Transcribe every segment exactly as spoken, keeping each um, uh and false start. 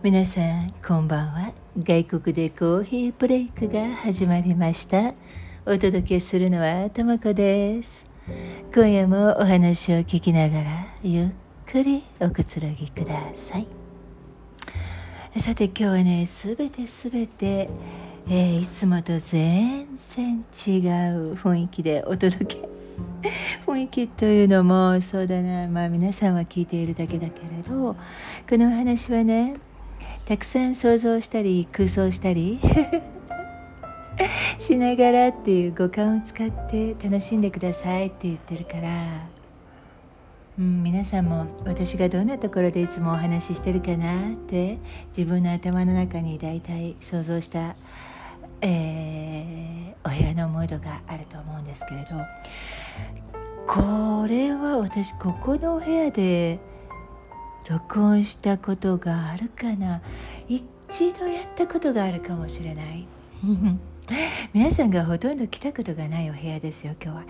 皆さんこんばんは。外国でコーヒーブレイクが始まりました。お届けするのはともこです。今夜もお話を聞きながらゆっくりおくつろぎください。さて今日はね、すべてすべて、えー、いつもと全然違う雰囲気でお届け雰囲気というのもそうだな、まあ皆さんは聞いているだけだけれど、このお話はね、たくさん想像したり空想したりしながらっていう五感を使って楽しんでくださいって言ってるから、うん、皆さんも私がどんなところでいつもお話ししてるかなって自分の頭の中にだいたい想像した、えー、お部屋のムードがあると思うんですけれど、これは私ここのお部屋で録音したことがあるかな。一度やったことがあるかもしれない皆さんがほとんど来たことがないお部屋ですよ今日は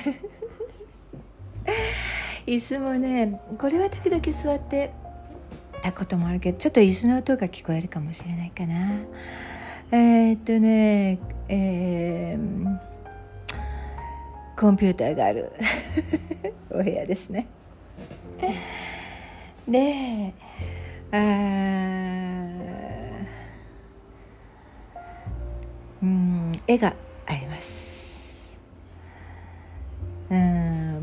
椅子もね、これは時々座ってたこともあるけど、ちょっと椅子の音が聞こえるかもしれないかな。えー、っとね、えー、コンピューターがあるお部屋ですねで、あうん、絵があります。うん、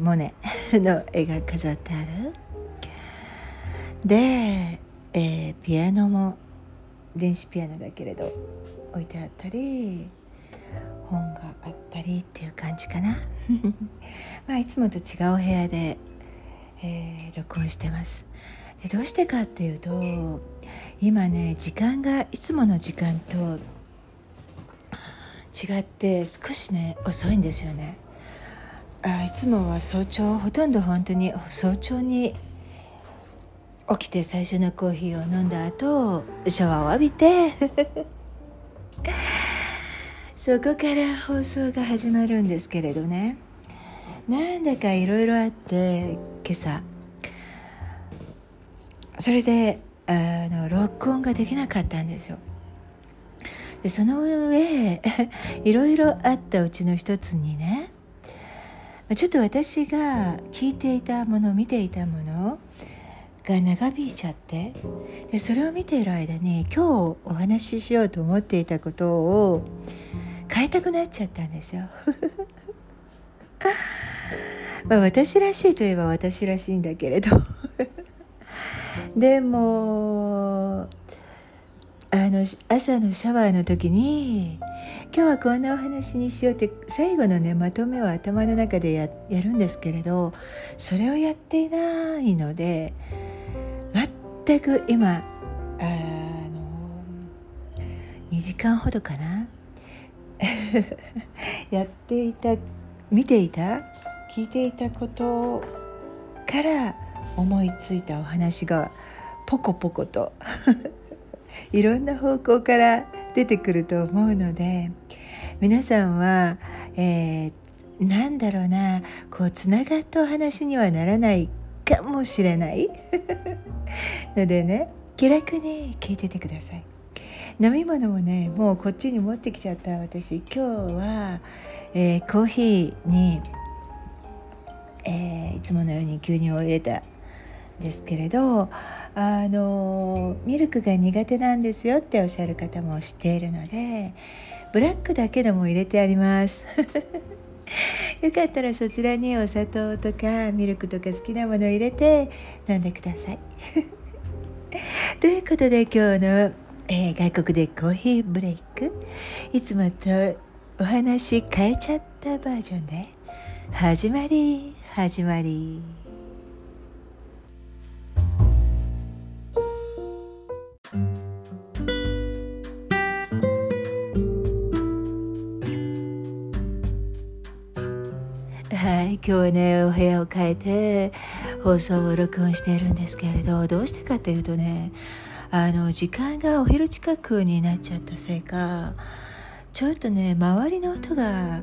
モネの絵が飾ってある。で、えー、ピアノも電子ピアノだけれど置いてあったり、本があったりっていう感じかなまあいつもと違うお部屋で、えー、録音してます。でどうしてかっていうと、今ね、時間がいつもの時間と違って少しね遅いんですよね。あいつもは早朝、ほとんど本当に早朝に起きて最初のコーヒーを飲んだ後シャワーを浴びてそこから放送が始まるんですけれどね、なんだかいろいろあって今朝それであの録音ができなかったんですよ。でその上いろいろあったうちの一つにね、ちょっと私が聞いていたもの、見ていたものが長引いちゃって、でそれを見ている間に今日お話ししようと思っていたことを変えたくなっちゃったんですよまあ私らしいといえば私らしいんだけれどでもあの朝のシャワーの時に今日はこんなお話にしようって最後のねまとめを頭の中で や, やるんですけれど、それをやっていないので全く今あのにじかんほどかなやっていた、見ていた、聞いていたことから思いついたお話がポコポコといろんな方向から出てくると思うので、皆さんは、えー、なんだろうな、こうつながったお話にはならないかもしれないのでね、気楽に聞いててください。飲み物もね、もうこっちに持ってきちゃった私。今日は、えー、コーヒーに、えー、いつものように牛乳を入れたんですけれど、あのミルクが苦手なんですよっておっしゃる方も知っているので、ブラックだけでも入れてありますよかったらそちらにお砂糖とかミルクとか好きなものを入れて飲んでくださいということで今日の、えー、外国でコーヒーブレイク、いつもとお話変えちゃったバージョンで始まり始まり。はい、今日はねお部屋を変えて放送を録音しているんですけれど、どうしてかというとね、あの時間がお昼近くになっちゃったせいか、ちょっとね周りの音が、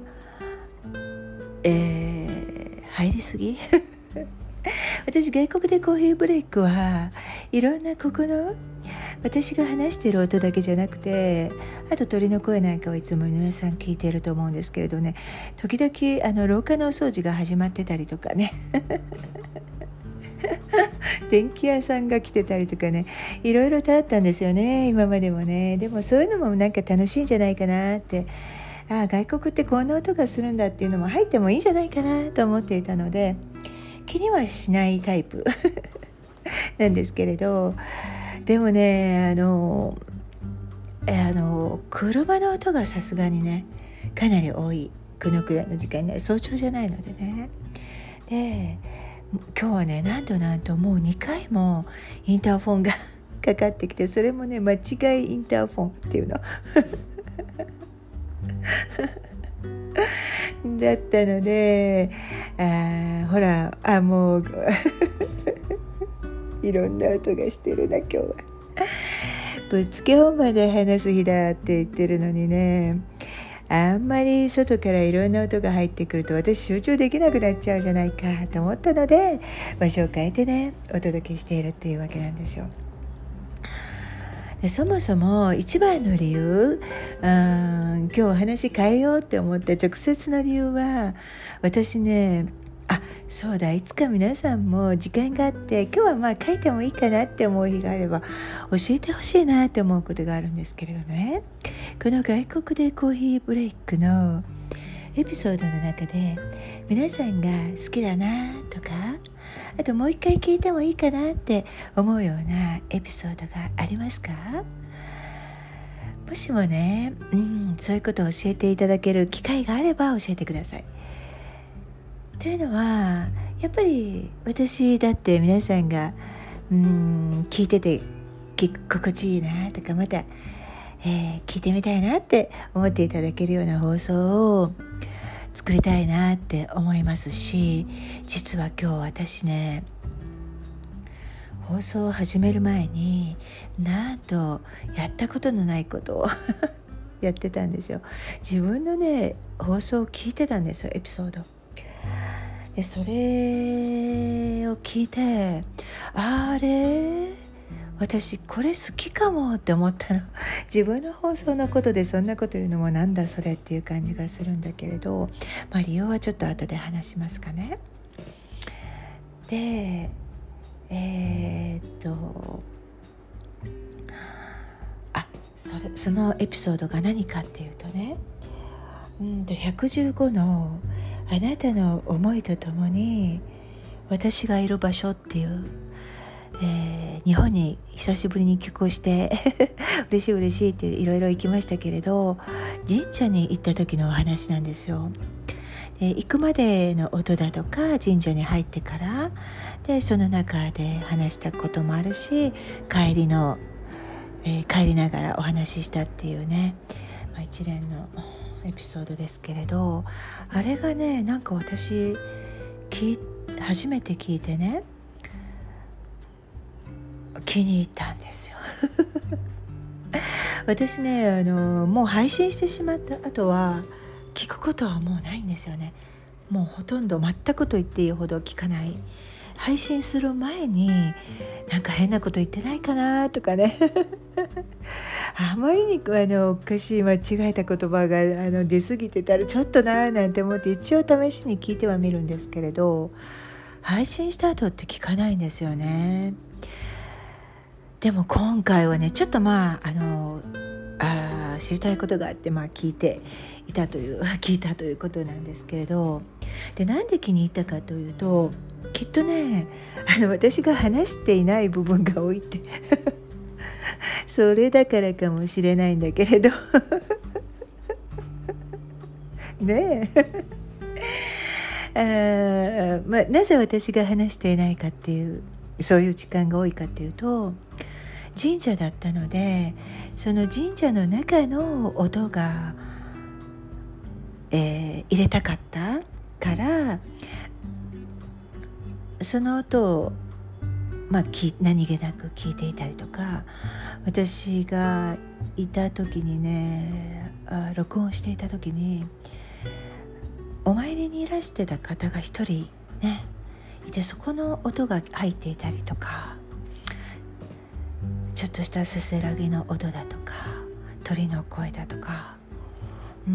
えー、入りすぎ私外国でコーヒーブレイクはいろんなここの私が話している音だけじゃなくて、あと鳥の声なんかはいつも皆さん聞いていると思うんですけれどね、時々あの廊下のお掃除が始まってたりとかね電気屋さんが来てたりとかね、いろいろとあったんですよね、今までもね。でもそういうのもなんか楽しいんじゃないかなって、ああ外国ってこんな音がするんだっていうのも入ってもいいんじゃないかなと思っていたので、気にはしないタイプなんですけれど、でもね、あのあの車の音がさすがにねかなり多い、このくらいの時間にね、早朝じゃないのでね。で今日はね、なんとなんともうにかいもインターフォンがかかってきて、それもね間違いインターフォンっていうのだったので、あほらあもういろんな音がしてるな今日は。ぶっつけ本番で話す日だって言ってるのにね、あんまり外からいろんな音が入ってくると私集中できなくなっちゃうじゃないかと思ったので、場所を変えてねお届けしているっていうわけなんですよ。でそもそも一番の理由、うん今日お話変えようって思った直接の理由は、私ねあそうだいつか皆さんも時間があって今日はまあ書いてもいいかなって思う日があれば教えてほしいなって思うことがあるんですけれどね、この外国でコーヒーブレイクのエピソードの中で皆さんが好きだなとか、あともう一回聞いてもいいかなって思うようなエピソードがありますか？もしもね、うん、そういうことを教えていただける機会があれば教えてください。というのはやっぱり私だって皆さんがうーん聞いてて心地いいなとか、また、えー、聞いてみたいなって思っていただけるような放送を作りたいなって思いますし、実は今日私ね放送を始める前になんとやったことのないことをやってたんですよ。自分のね放送を聞いてたんですよ、エピソードで。それを聞いて、あれ私これ好きかもって思ったの。自分の放送のことでそんなこと言うのもなんだそれっていう感じがするんだけれど、まあ理由はちょっと後で話しますかね。でえー、っとあそれそのエピソードが何かっていうとね、うんとひゃくじゅうごのあなたの思いとともに私がいる場所っていう、えー、日本に久しぶりに帰国して嬉しい嬉しいっていろいろ行きましたけれど、神社に行った時のお話なんですよ。で行くまでの音だとか神社に入ってからでその中で話したこともあるし、帰りの、えー、帰りながらお話ししたっていうね、まあ、一連のエピソードですけれど、あれがねなんか私聞い初めて聞いてね気に入ったんですよ私ねあのもう配信してしまった後は聞くことはもうないんですよね。もうほとんど全くと言っていいほど聞かない。配信する前になんか変なこと言ってないかなとかねあまりにあのおかしい間違えた言葉があの出過ぎてたらちょっとななんて思って一応試しに聞いてはみるんですけれど、配信した後って聞かないんですよね。でも今回はねちょっとまああのあ知りたいことがあって、まあ、聞いていたという聞いたということなんですけれど、でなんで気に入ったかというと、きっとねあの私が話していない部分が多いってそれだからかもしれないんだけれどねえあ、まあ、なぜ私が話していないかっていう、そういう時間が多いかっていうと、神社だったのでその神社の中の音が、えー、入れたかったからその音を、まあ、何気なく聞いていたりとか、私がいた時にねあ録音していた時にお参りにいらしてた方が一人ねいて、そこの音が入っていたりとかちょっとしたせせらぎの音だとか鳥の声だとか、うん、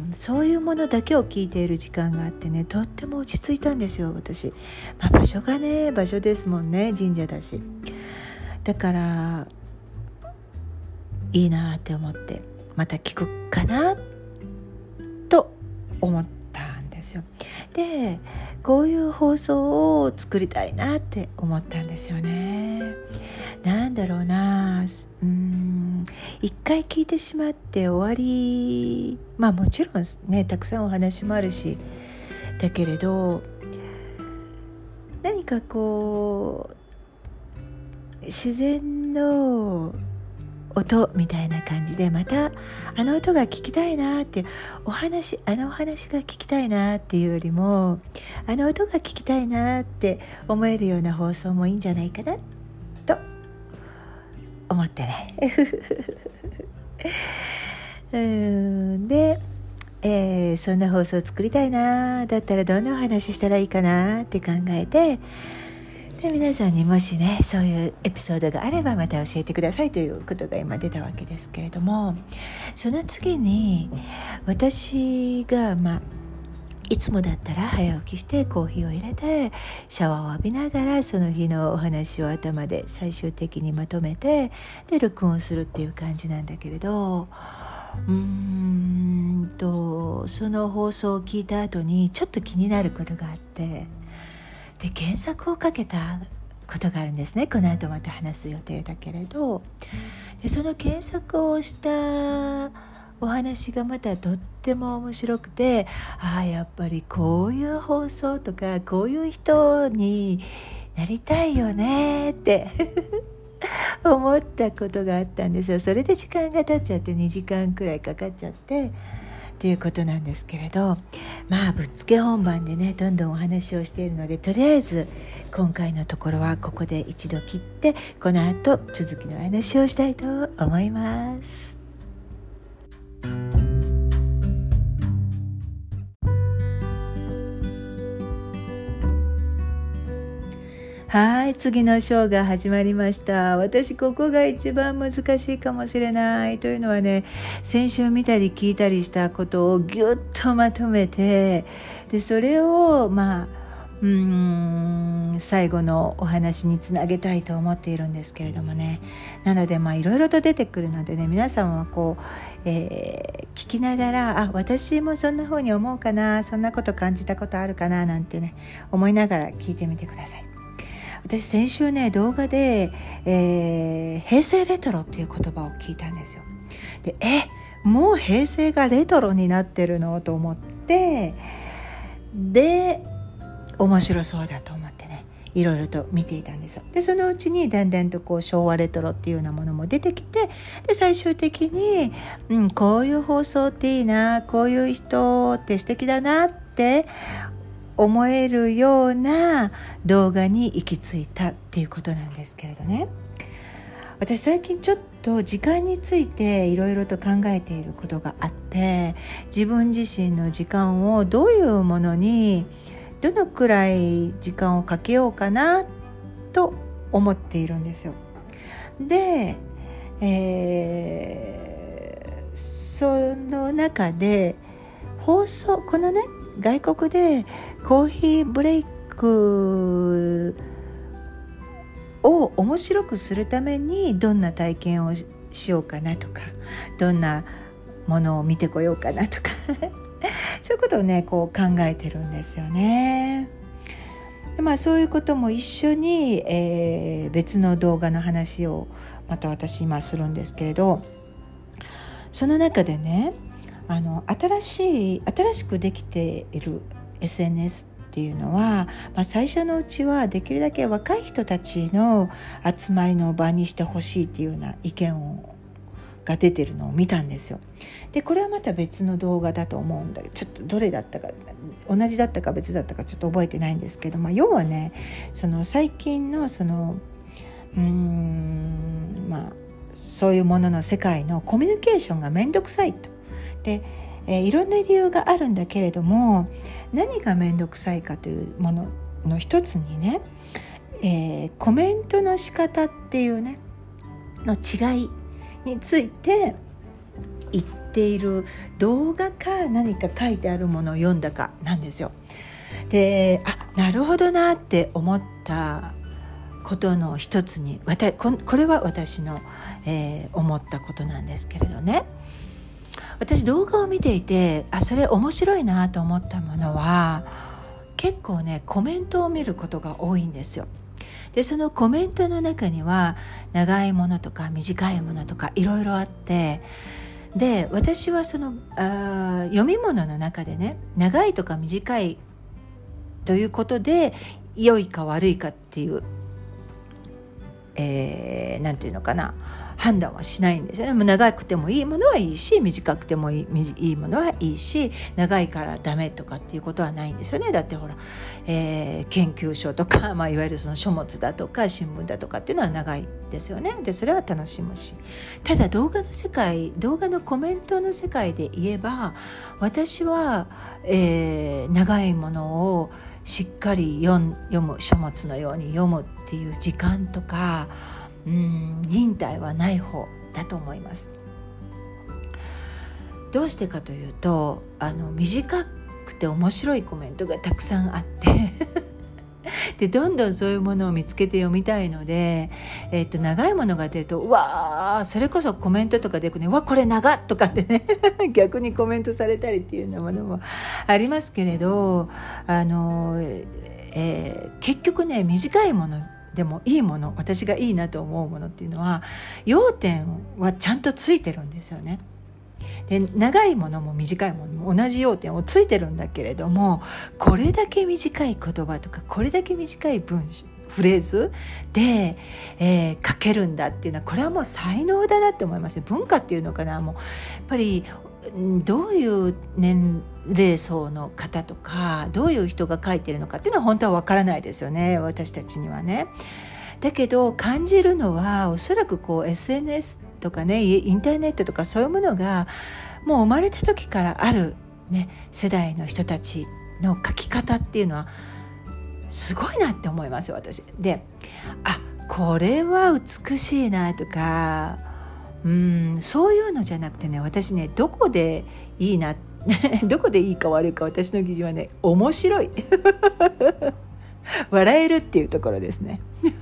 そういうものだけを聞いている時間があってね、とっても落ち着いたんですよ私、まあ、場所がね場所ですもんね、神社だし。だからいいなって思って、また聞くかなと思ったんですよ。でこういう放送を作りたいなって思ったんですよね。なんだろうな、うーん一回聞いてしまって終わり、まあもちろんねたくさんお話もあるし、だけれど何かこう自然の音みたいな感じで、またあの音が聞きたいなっていう、お話あのお話が聞きたいなっていうよりも、あの音が聞きたいなって思えるような放送もいいんじゃないかなと思ってねうんで、えー、そんな放送を作りたいな、だったらどんなお話したらいいかなって考えて、で皆さんにもしねそういうエピソードがあればまた教えてくださいということが今出たわけですけれども、その次に私がまあいつもだったら早起きしてコーヒーを入れてシャワーを浴びながらその日のお話を頭で最終的にまとめて、で録音するっていう感じなんだけれど、うーんとその放送を聞いた後にちょっと気になることがあって、で検索をかけたことがあるんですね。この後また話す予定だけれど、でその検索をしたお話がまたとっても面白くて、ああやっぱりこういう放送とかこういう人になりたいよねって思ったことがあったんですよ。それで時間が経っちゃってにじかんくらいかかっちゃってっていうことなんですけれど、まあぶっつけ本番でねどんどんお話をしているので、とりあえず今回のところはここで一度切って、この後続きの話をしたいと思います。はい、次のショーが始まりました。私ここが一番難しいかもしれない。というのはね、先週見たり聞いたりしたことをぎゅっとまとめて、でそれをまあうーん最後のお話につなげたいと思っているんですけれどもね。なのでまあいろいろと出てくるのでね、皆さんはこう、えー、聞きながら、あ、私もそんな風に思うかな、そんなこと感じたことあるかななんてね思いながら聞いてみてください。私先週ね動画で、えー、平成レトロっていう言葉を聞いたんですよ。でえもう平成がレトロになってるのと思って、で面白そうだと思ってねいろいろと見ていたんですよ。でそのうちにだんだんとこう昭和レトロっていうようなものも出てきて、で最終的に、うん、こういう放送っていいな、こういう人って素敵だなって思えるような動画に行き着いたっていうことなんですけれどね。私最近ちょっと時間についていろいろと考えていることがあって、自分自身の時間をどういうものにどのくらい時間をかけようかなと思っているんですよ。で、えー、その中で放送このね外国でコーヒーブレイクを面白くするためにどんな体験をしようかなとか、どんなものを見てこようかなとかそういうことをねこう考えてるんですよね。まあそういうことも一緒に、えー、別の動画の話をまた私今するんですけれど、その中でねあの新しい新しくできている エスエヌエス っていうのは、まあ、最初のうちはできるだけ若い人たちの集まりの場にしてほしいっていうような意見をが出てるのを見たんですよ。でこれはまた別の動画だと思うんだけど、ちょっとどれだったか同じだったか別だったかちょっと覚えてないんですけど、まあ、要はねその最近のそのうーんまあそういうものの世界のコミュニケーションがめんどくさいと。で、えー、いろんな理由があるんだけれども、何がめんどくさいかというものの一つにね、えー、コメントの仕方っていうねの違いについて言っている動画か何か書いてあるものを読んだかなんですよ。で、あ、なるほどなって思ったことの一つに、これは私の、えー、思ったことなんですけれどね、私動画を見ていて、あ、それ面白いなと思ったものは結構ね、コメントを見ることが多いんですよ。でそのコメントの中には長いものとか短いものとかいろいろあって、で私はそのあ読み物の中でね、長いとか短いということで良いか悪いかっていう、えー、なんていうのかな、判断はしないんですよね。もう長くてもいいものはいいし、短くてもいい、いいものはいいし、長いからダメとかっていうことはないんですよね。だってほら、えー、研究所とか、まあ、いわゆるその書物だとか新聞だとかっていうのは長いですよね。でそれは楽しむし、ただ動画の世界、動画のコメントの世界で言えば、私は、えー、長いものをしっかり読む、書物のように読むっていう時間とか、うん、忍耐はない方だと思います。どうしてかというと、あの短くて面白いコメントがたくさんあってでどんどんそういうものを見つけて読みたいので、えー、と長いものが出ると、うわー、それこそコメントとかでくね、うわこれ長っとかってね逆にコメントされたりっていうようなものもありますけれど、あの、えー、結局ね、短いものでもいいもの、私がいいなと思うものっていうのは要点はちゃんとついてるんですよね。で長いものも短いものも同じ要点をついてるんだけれども、これだけ短い言葉とかこれだけ短い文章フレーズで、えー、書けるんだっていうのは、これはもう才能だなって思います。文化っていうのかな、もうやっぱりどういう年齢層の方とかどういう人が書いてるのかっていうのは本当はわからないですよね、私たちにはね。だけど感じるのは、おそらくこう エスエヌエス とかね、インターネットとかそういうものがもう生まれた時からある、ね、世代の人たちの書き方っていうのはすごいなって思いますよ、私。で、あ、これは美しいなとか、うん、そういうのじゃなくてね、私ね、どこでいいなどこでいいか悪いか、私の基準はね、面白い笑えるっていうところですね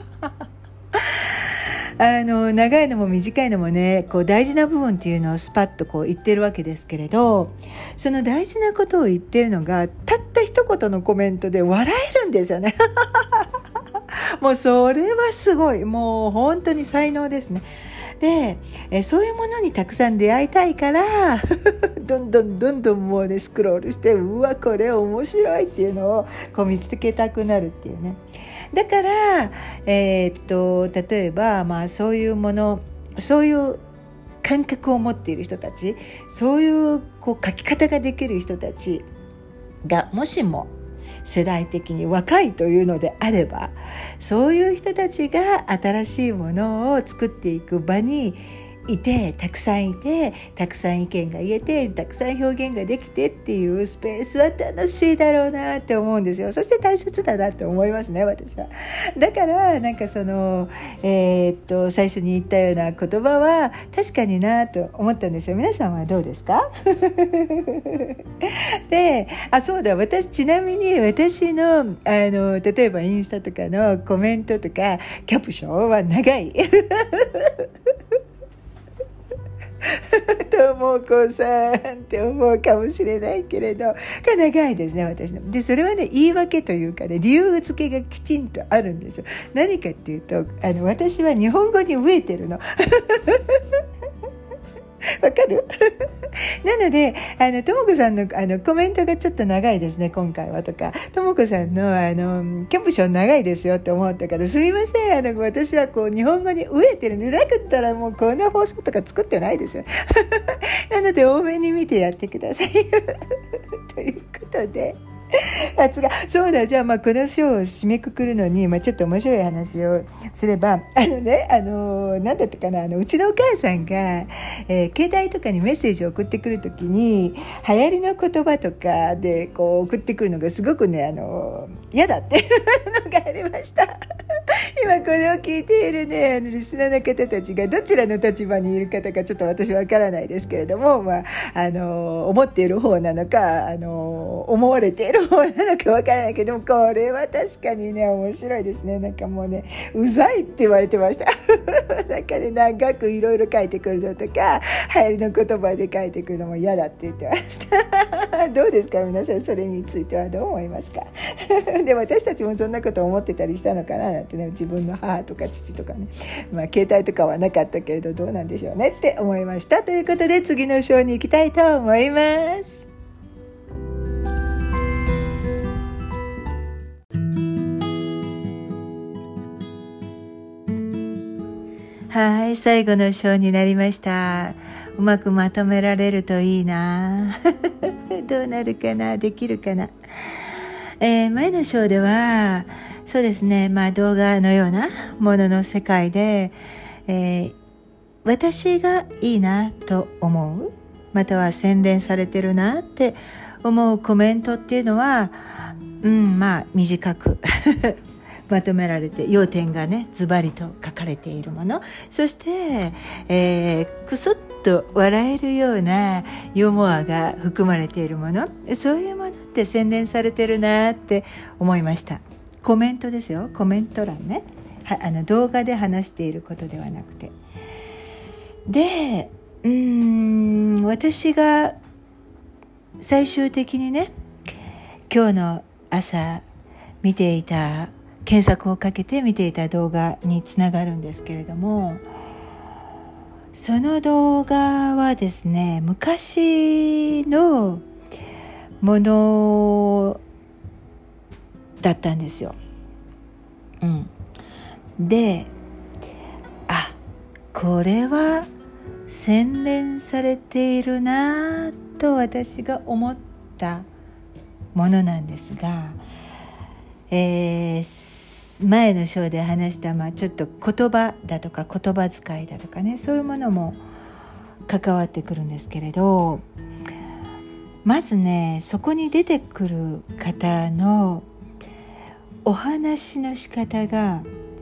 あの長いのも短いのもね、こう大事な部分っていうのをスパッとこう言ってるわけですけれど、その大事なことを言ってるのがたった一言のコメントで笑えるんですよねもうそれはすごい、もう本当に才能ですね。でえそういうものにたくさん出会いたいからどんどんどんどんもうねスクロールして、うわこれ面白いっていうのをこう見つけたくなるっていうね。だから、えー、っと例えば、まあ、そういうもの、そういう感覚を持っている人たち、そういう、こう書き方ができる人たちがもしも世代的に若いというのであれば、そういう人たちが新しいものを作っていく場にいて、たくさんいて、たくさん意見が言えて、たくさん表現ができてっていうスペースは楽しいだろうなって思うんですよ。そして大切だなって思いますね、私は。だからなんかその、えー、っと最初に言ったような言葉は確かになと思ったんですよ。皆さんはどうですかで、あ、そうだ、私ちなみに私の、あの例えばインスタとかのコメントとかキャプションは長いと思う子さんって思うかもしれないけれど、が長いですね、私の。でそれはね、言い訳というかね、理由付けがきちんとあるんですよ。何かっていうと、あの私は日本語に飢えてるのわかるなので、あのともこさんのあのコメントがちょっと長いですね今回はとか、ともこさんのあのキャプション長いですよって思ったから、すみません、あの私はこう日本語に飢えてるんで、なかったらもうこんな放送とか作ってないですよなので多めに見てやってくださいということで、あ、違う、そうだ、じゃあ、まあこのショーを締めくくるのに、まあ、ちょっと面白い話をすれば、あのね、あのなんだったかな、あのうちのお母さんが、えー、携帯とかにメッセージを送ってくるときに流行りの言葉とかでこう送ってくるのがすごくね、あの嫌だっていうのがありました今これを聞いているね、あのリスナーの方たちがどちらの立場にいる方かちょっと私はわからないですけれども、まあ、あの思っている方なのか、あの思われている方なのかわからないけども、これは確かにね面白いですね。なんかもうね、うざいって言われてましたなんかね、長くいろいろ書いてくるのとか、流行りの言葉で書いてくるのも嫌だって言ってましたどうですか皆さん、それについてはどう思いますかでも私たちもそんなこと思ってたりしたのかななんてね、自分の母とか父とかね、まあ携帯とかはなかったけれどどうなんでしょうねって思いました。ということで次の章に行きたいと思います。はい、最後の章になりました。うまくまとめられるといいなどうなるかな、できるかな。えー、前の章ではそうですね、まあ、動画のようなものの世界で、えー、私がいいなと思う、または洗練されてるなって思うコメントっていうのは、うん、まあ短くまとめられて、要点がねズバリと書かれているもの、そして、えー、くすっと笑えるようなユーモアが含まれているもの、そういうものって洗練されてるなって思いました。コメントですよ、コメント欄ね、はあの動画で話していることではなくて。で、うーん私が最終的にね、今日の朝見ていた、検索をかけて見ていた動画につながるんですけれども、その動画はですね、昔のものだったんですよ。うん、で、あ、これは洗練されているなと私が思ったものなんですが、えー、前の章で話した、まあ、ちょっと言葉だとか言葉遣いだとかね、そういうものも関わってくるんですけれど、まずね、そこに出てくる方のお話の仕方が、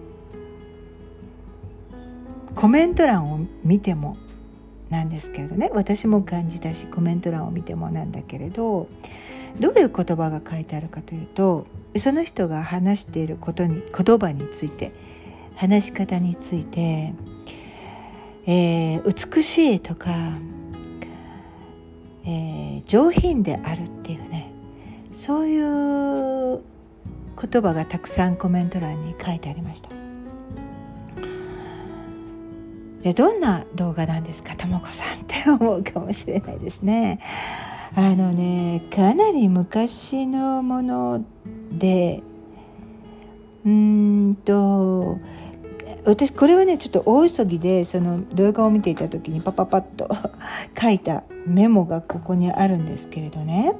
コメント欄を見てもなんですけれどね、私も感じたしコメント欄を見てもなんだけれど、どういう言葉が書いてあるかというと、その人が話していることに、言葉について、話し方について、えー、美しいとか、えー、上品であるっていうね、そういう言葉がたくさんコメント欄に書いてありました。で、どんな動画なんですか、ともこさんって思うかもしれないですね。あのね、かなり昔のもので、うーんと私これはね、ちょっと大急ぎでその動画を見ていた時にパパパッと書いたメモがここにあるんですけれどね、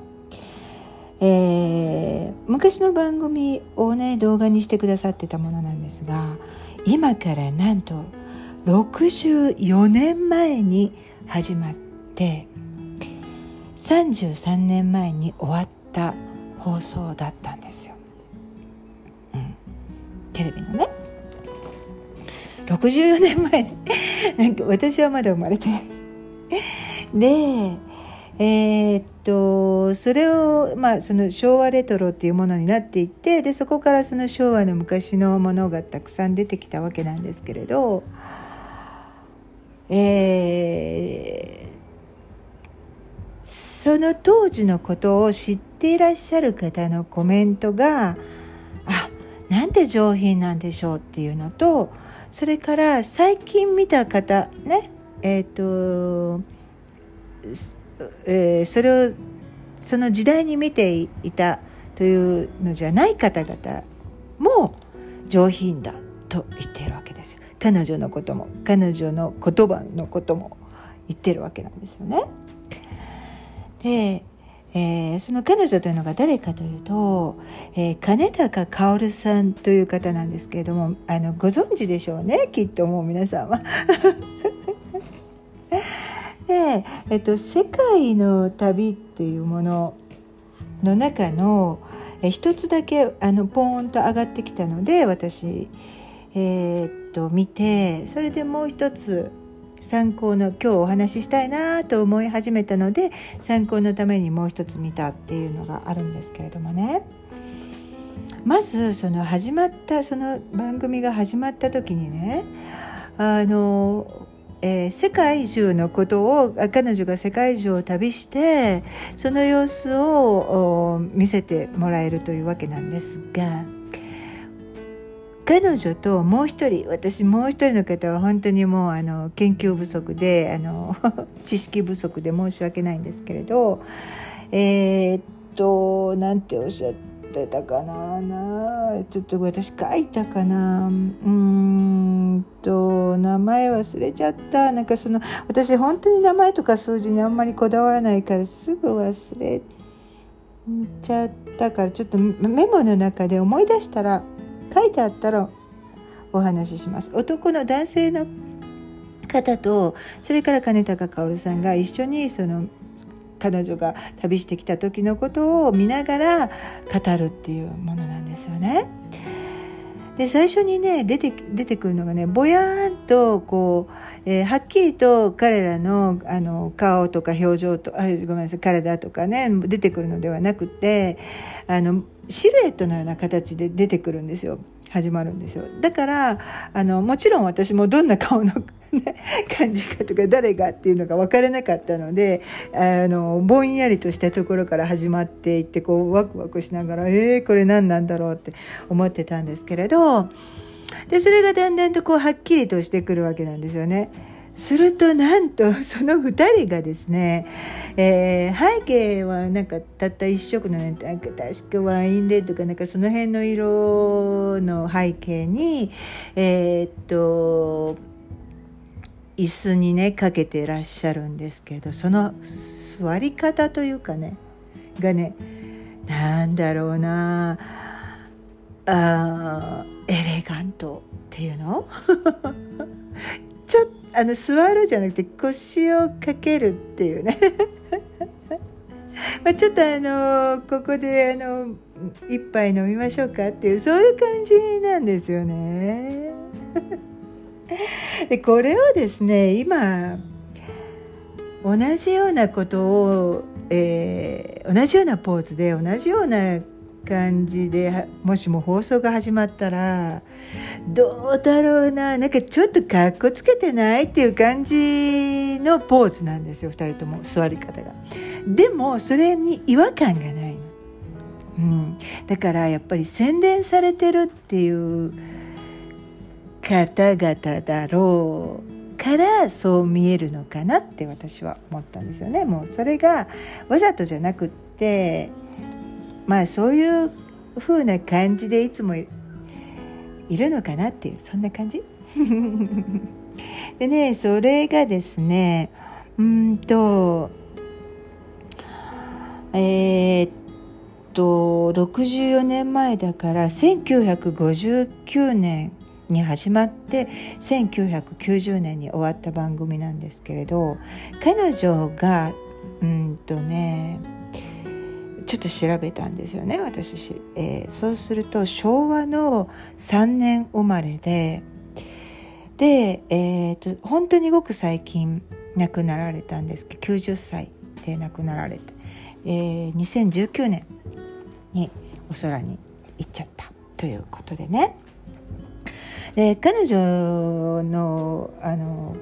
えー、昔の番組をね動画にしてくださってたものなんですが、今からなんとろくじゅうよねんまえに始まってさんじゅうさんねんまえに終わった放送だったんですよ、うん、テレビのね。ろくじゅうよねんまえなんか私はまだ生まれてで、えー、っとそれを、まあ、その昭和レトロっていうものになっていって、でそこからその昭和の昔のものがたくさん出てきたわけなんですけれど、えーその当時のことを知っていらっしゃる方のコメントが、あ、なんて上品なんでしょうっていうのと、それから最近見た方ね、えっと、えー、それをその時代に見ていたというのじゃない方々も上品だと言っているわけですよ。彼女のことも彼女の言葉のことも言ってるわけなんですよね。で、えー、その彼女というのが誰かというと、えー、金高薫さんという方なんですけれども、あのご存知でしょうね、きっともう皆さんはで、えっと、世界の旅っていうものの中のえ一つだけあのポーンと上がってきたので、私、 えー、っと見て、それでもう一つ参考の今日お話ししたいなと思い始めたので、参考のためにもう一つ見たっていうのがあるんですけれどもね。まずその始まったその番組が始まった時にね、あの、えー、世界中のことを彼女が世界中を旅してその様子を見せてもらえるというわけなんですが、彼女ともう一人、私もう一人の方は本当にもうあの研究不足であの知識不足で申し訳ないんですけれど、えー、っとなんておっしゃってたかななちょっと私書いたかなうーんと名前忘れちゃった。なんかその私本当に名前とか数字にあんまりこだわらないからすぐ忘れちゃったから、ちょっとメモの中で思い出したら書いてあったらお話しします。男の男性の方とそれから金高薫さんが一緒にその彼女が旅してきた時のことを見ながら語るっていうものなんですよね。で最初にね出て、出てくるのがね、ぼやーんとこう、えー、はっきりと彼らの、あの顔とか表情とあごめんなさい体とかね出てくるのではなくて、あのシルエットのような形で出てくるんですよ。始まるんですよ。だからあのもちろん私もどんな顔の、ね、感じかとか誰がっていうのが分からなかったので、あのぼんやりとしたところから始まっていって、こうワクワクしながらえー、これ何なんだろうって思ってたんですけれど、でそれがだんだんとこうはっきりとしてくるわけなんですよね。するとなんとそのふたりがですね、えー、背景はなんかたった一色の、ね、なんか確かワインレッドかなんかその辺の色の背景に、えー、っと椅子にねかけてらっしゃるんですけど、その座り方というかねがね、なんだろうなあ、エレガントっていうのちょっとあの座るじゃなくて腰をかけるっていうねまあちょっとあのここであの一杯飲みましょうかっていう、そういう感じなんですよねでこれをですね今同じようなことを、えー、同じようなポーズで同じような感じでもしも放送が始まったらどうだろうな、なんかちょっとかっこつけてないっていう感じのポーズなんですよ、ふたりとも座り方が。でもそれに違和感がないの、うん、だからやっぱり洗練されてるっていう方々だろうからそう見えるのかなって私は思ったんですよね。もうそれがわざとじゃなくってまあそういう風な感じでいつもいるのかなっていう、そんな感じでね、それがですねうんとえー、っとろくじゅうよねんまえだからせんきゅうひゃくごじゅうきゅうねんに始まってせんきゅうひゃくきゅうじゅうねんに終わった番組なんですけれど、彼女がうんとねちょっと調べたんですよね私、えー、そうすると昭和のさんねん生まれでで、えー、と本当にごく最近亡くなられたんですけどきゅうじゅっさいで亡くなられて、えー、にせんじゅうきゅうねんにお空に行っちゃったということでね。で彼女のあの、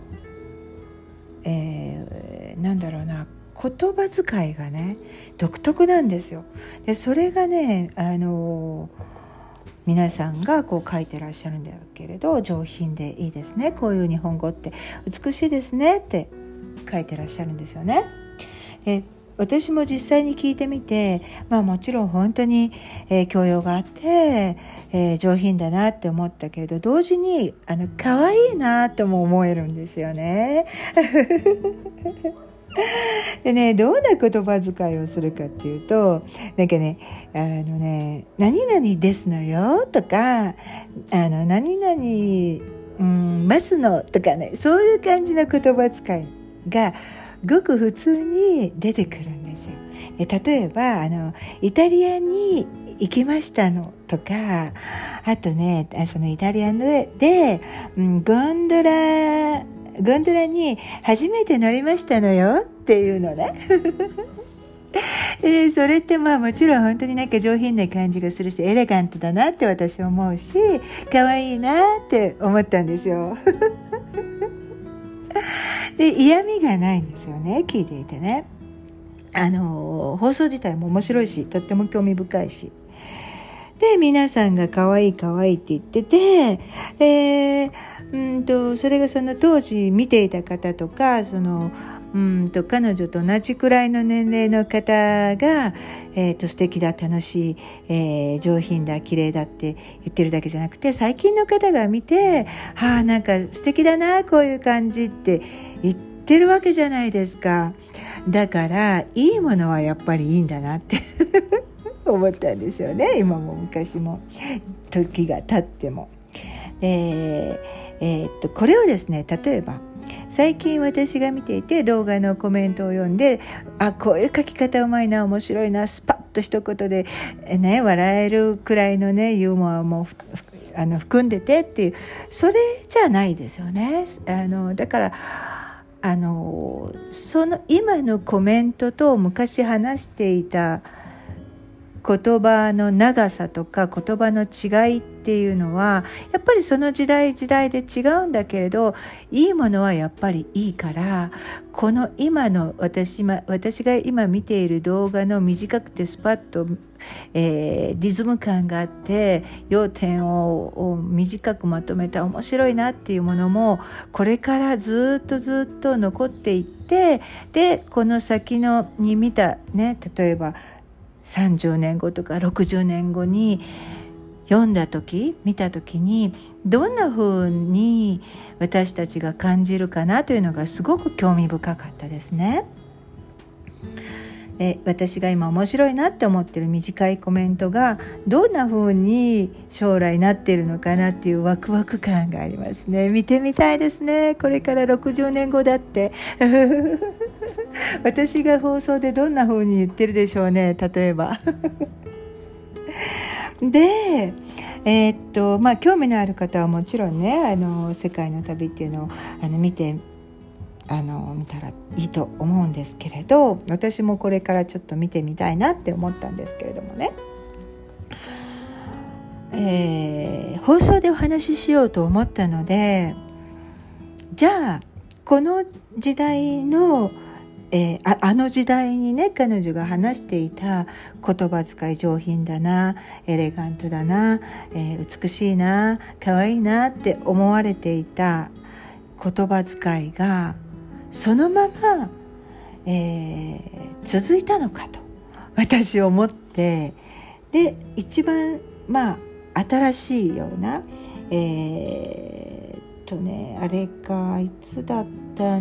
えー、なんだろうな言葉遣いがね独特なんですよ。でそれがねあの皆さんがこう書いてらっしゃるんだけれど、上品でいいですね、こういう日本語って美しいですねって書いてらっしゃるんですよね。で私も実際に聞いてみて、まあもちろん本当に、えー、教養があって、えー、上品だなって思ったけれど、同時にあの可愛いなとも思えるんですよねでね、どんな言葉遣いをするかっていうと、なんかね、あのね、何々ですのよとか、あの何々、うん、ますのとかね、そういう感じの言葉遣いがごく普通に出てくるんですよ。で例えばあのイタリアに行きましたのとか、あとねそのイタリアで、で、うん、ゴンドラゴンドラに初めて乗りましたのよっていうのねでそれってまあもちろん本当になんか上品な感じがするしエレガントだなって私は思うし、可愛いなって思ったんですよで嫌味がないんですよね、聞いていてね。あの放送自体も面白いしとっても興味深いし、で皆さんが可愛い可愛いって言ってて、でうんとそれがその当時見ていた方とか、そのうんと彼女と同じくらいの年齢の方が、えー、と素敵だ、楽しい、えー、上品だ、綺麗だって言ってるだけじゃなくて、最近の方が見て、はあなんか素敵だなこういう感じって言ってるわけじゃないですか。だからいいものはやっぱりいいんだなって思ったんですよね。今も昔も時が経っても。えーえー、っとこれをですね、例えば最近私が見ていて動画のコメントを読んで、あこういう書き方うまいな、面白いな、スパッと一言で、ね、笑えるくらいのねユーモアもあの含んでてっていう、それじゃないですよね。あのだからあのその今のコメントと昔話していた言葉の長さとか言葉の違いっていうのはやっぱりその時代時代で違うんだけれど、いいものはやっぱりいいから、この今の 私, 私が今見ている動画の短くてスパッと、えー、リズム感があって要点 を, を短くまとめた面白いなっていうものもこれからずっとずっと残っていって、でこの先のに見たね、例えばさんじゅうねんごとかろくじゅうねんごに読んだ時見た時にどんな風に私たちが感じるかなというのがすごく興味深かったですね。で私が今面白いなって思ってる短いコメントがどんな風に将来なっているのかなっていうワクワク感がありますね。見てみたいですね。これからろくじゅうねんごだって私が放送でどんな風に言ってるでしょうね、例えばでえー、っとまあ興味のある方はもちろんね、あの世界の旅っていうのをあの見てあの見たらいいと思うんですけれど、私もこれからちょっと見てみたいなって思ったんですけれどもね、えー、放送でお話ししようと思ったので、じゃあこの時代の、えー、あ, あの時代にね彼女が話していた言葉遣い上品だな、エレガントだな、えー、美しいな、可愛いなって思われていた言葉遣いがそのまま、えー、続いたのかと私思って、で一番まあ新しいような、えー、とねあれがいつだった、うん、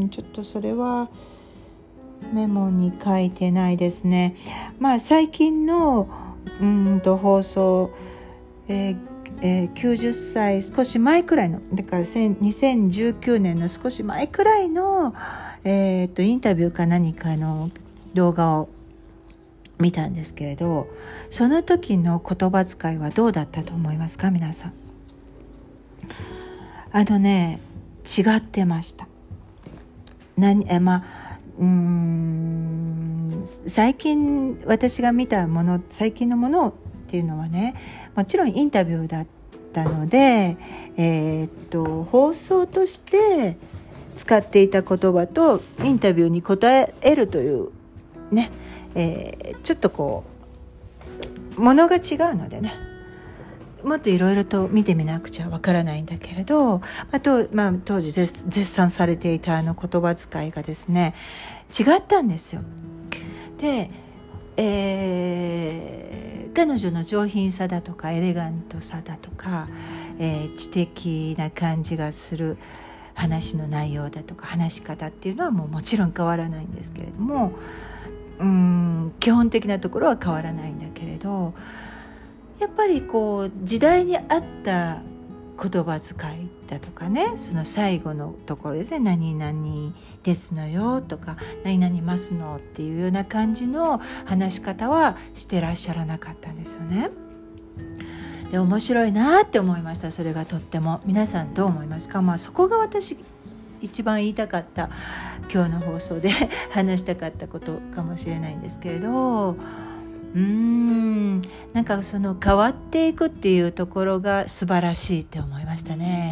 ちょっとそれはメモに書いてないですね。まあ最近のうんと放送、えーえー、きゅうじゅっさい少し前くらいの、だからにせんじゅうきゅうねんの少し前くらいの、えー、とインタビューか何かの動画を見たんですけれど、その時の言葉遣いはどうだったと思いますか皆さん。あのね違ってました。何えまあうーん最近私が見たもの、最近のものっていうのはね、もちろんインタビューだったので、えー、っと放送として使っていた言葉とインタビューに答えるというね、えー、ちょっとこうものが違うのでね、もっといろいろと見てみなくちゃわからないんだけれど、まあとまあ、当時 絶, 絶賛されていたあの言葉遣いがですね違ったんですよ。で、えー、彼女の上品さだとかエレガントさだとか、えー、知的な感じがする話の内容だとか話し方っていうのはもうもちろん変わらないんですけれども、うーん基本的なところは変わらないんだけれど、やっぱりこう時代に合った言葉遣いっだとかね、その最後のところですね、何々ですのよとか何々ますのっていうような感じの話し方はしてらっしゃらなかったんですよね。で面白いなって思いました。それがとっても。皆さんどう思いますか？まあそこが私一番言いたかった今日の放送で話したかったことかもしれないんですけれど、うーんなんかその変わっていくっていうところが素晴らしいって思いましたね。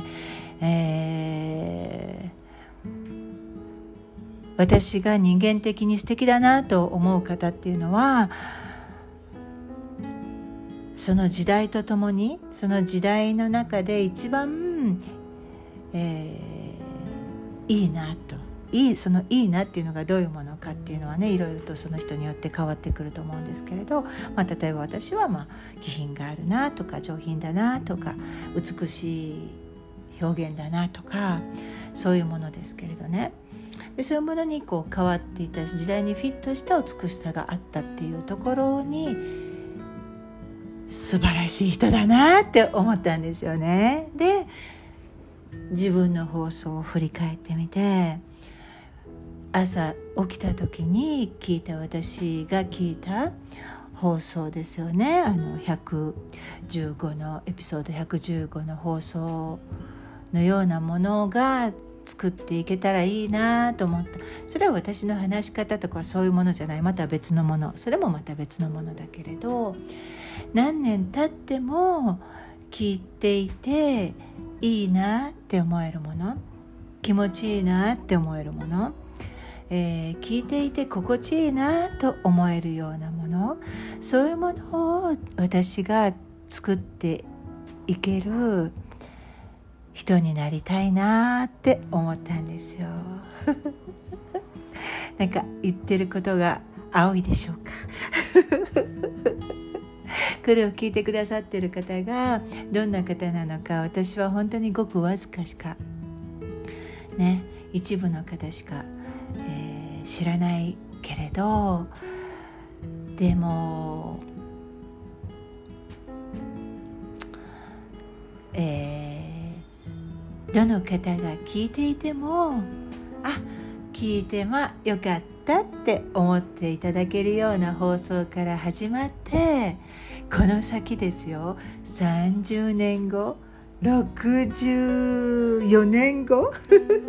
えー、私が人間的に素敵だなと思う方っていうのは、その時代とともにその時代の中で一番、えー、いいなといいそのいいなっていうのがどういうものかっていうのはね、いろいろとその人によって変わってくると思うんですけれど、まあ、例えば私は、まあ、気品があるなとか上品だなとか美しい表現だなとかそういうものですけれどね。でそういうものにこう変わっていた時代にフィットした美しさがあったっていうところに素晴らしい人だなって思ったんですよね。で自分の放送を振り返ってみて、朝起きた時に聞いた私が聞いた放送ですよね。あのひゃくじゅうごのエピソードひゃくじゅうごの放送のようなものが作っていけたらいいなと思った。それは私の話し方とかそういうものじゃない、また別のもの、それもまた別のものだけれど、何年経っても聞いていていいなって思えるもの、気持ちいいなって思えるもの、えー、聞いていて心地いいなと思えるようなもの、そういうものを私が作っていける人になりたいなって思ったんですよなんか言ってることが青いでしょうかこれを聞いてくださっている方がどんな方なのか、私は本当にごくわずかしかね、一部の方しか、えー、知らないけれど、でも、えー、どの方が聞いていても、あ、聞いてまよかったって思っていただけるような放送から始まって、この先ですよ、さんじゅうねんご、ろくじゅうよねんご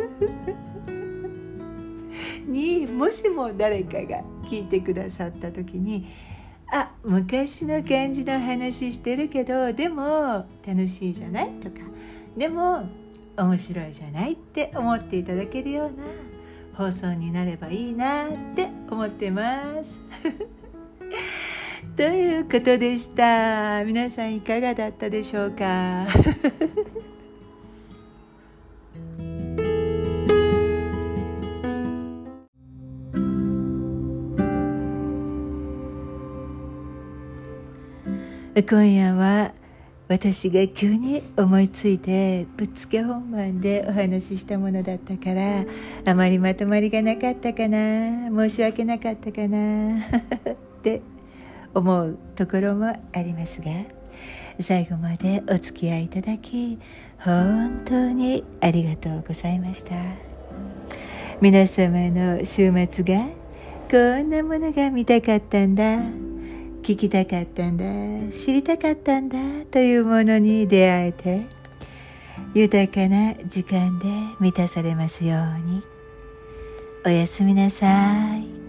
にもしも誰かが聞いてくださった時に、あ、昔の感じの話してるけどでも楽しいじゃないとか、でも面白いじゃないって思っていただけるような放送になればいいなって思ってますということでした。皆さんいかがだったでしょうか今夜は私が急に思いついてぶっつけ本番でお話ししたものだったから、あまりまとまりがなかったかな、申し訳なかったかなって思うところもありますが、最後までお付き合いいただき本当にありがとうございました。皆様の週末がこんなものが見たかったんだ、聞きたかったんだ、知りたかったんだというものに出会えて、豊かな時間で満たされますように。おやすみなさい。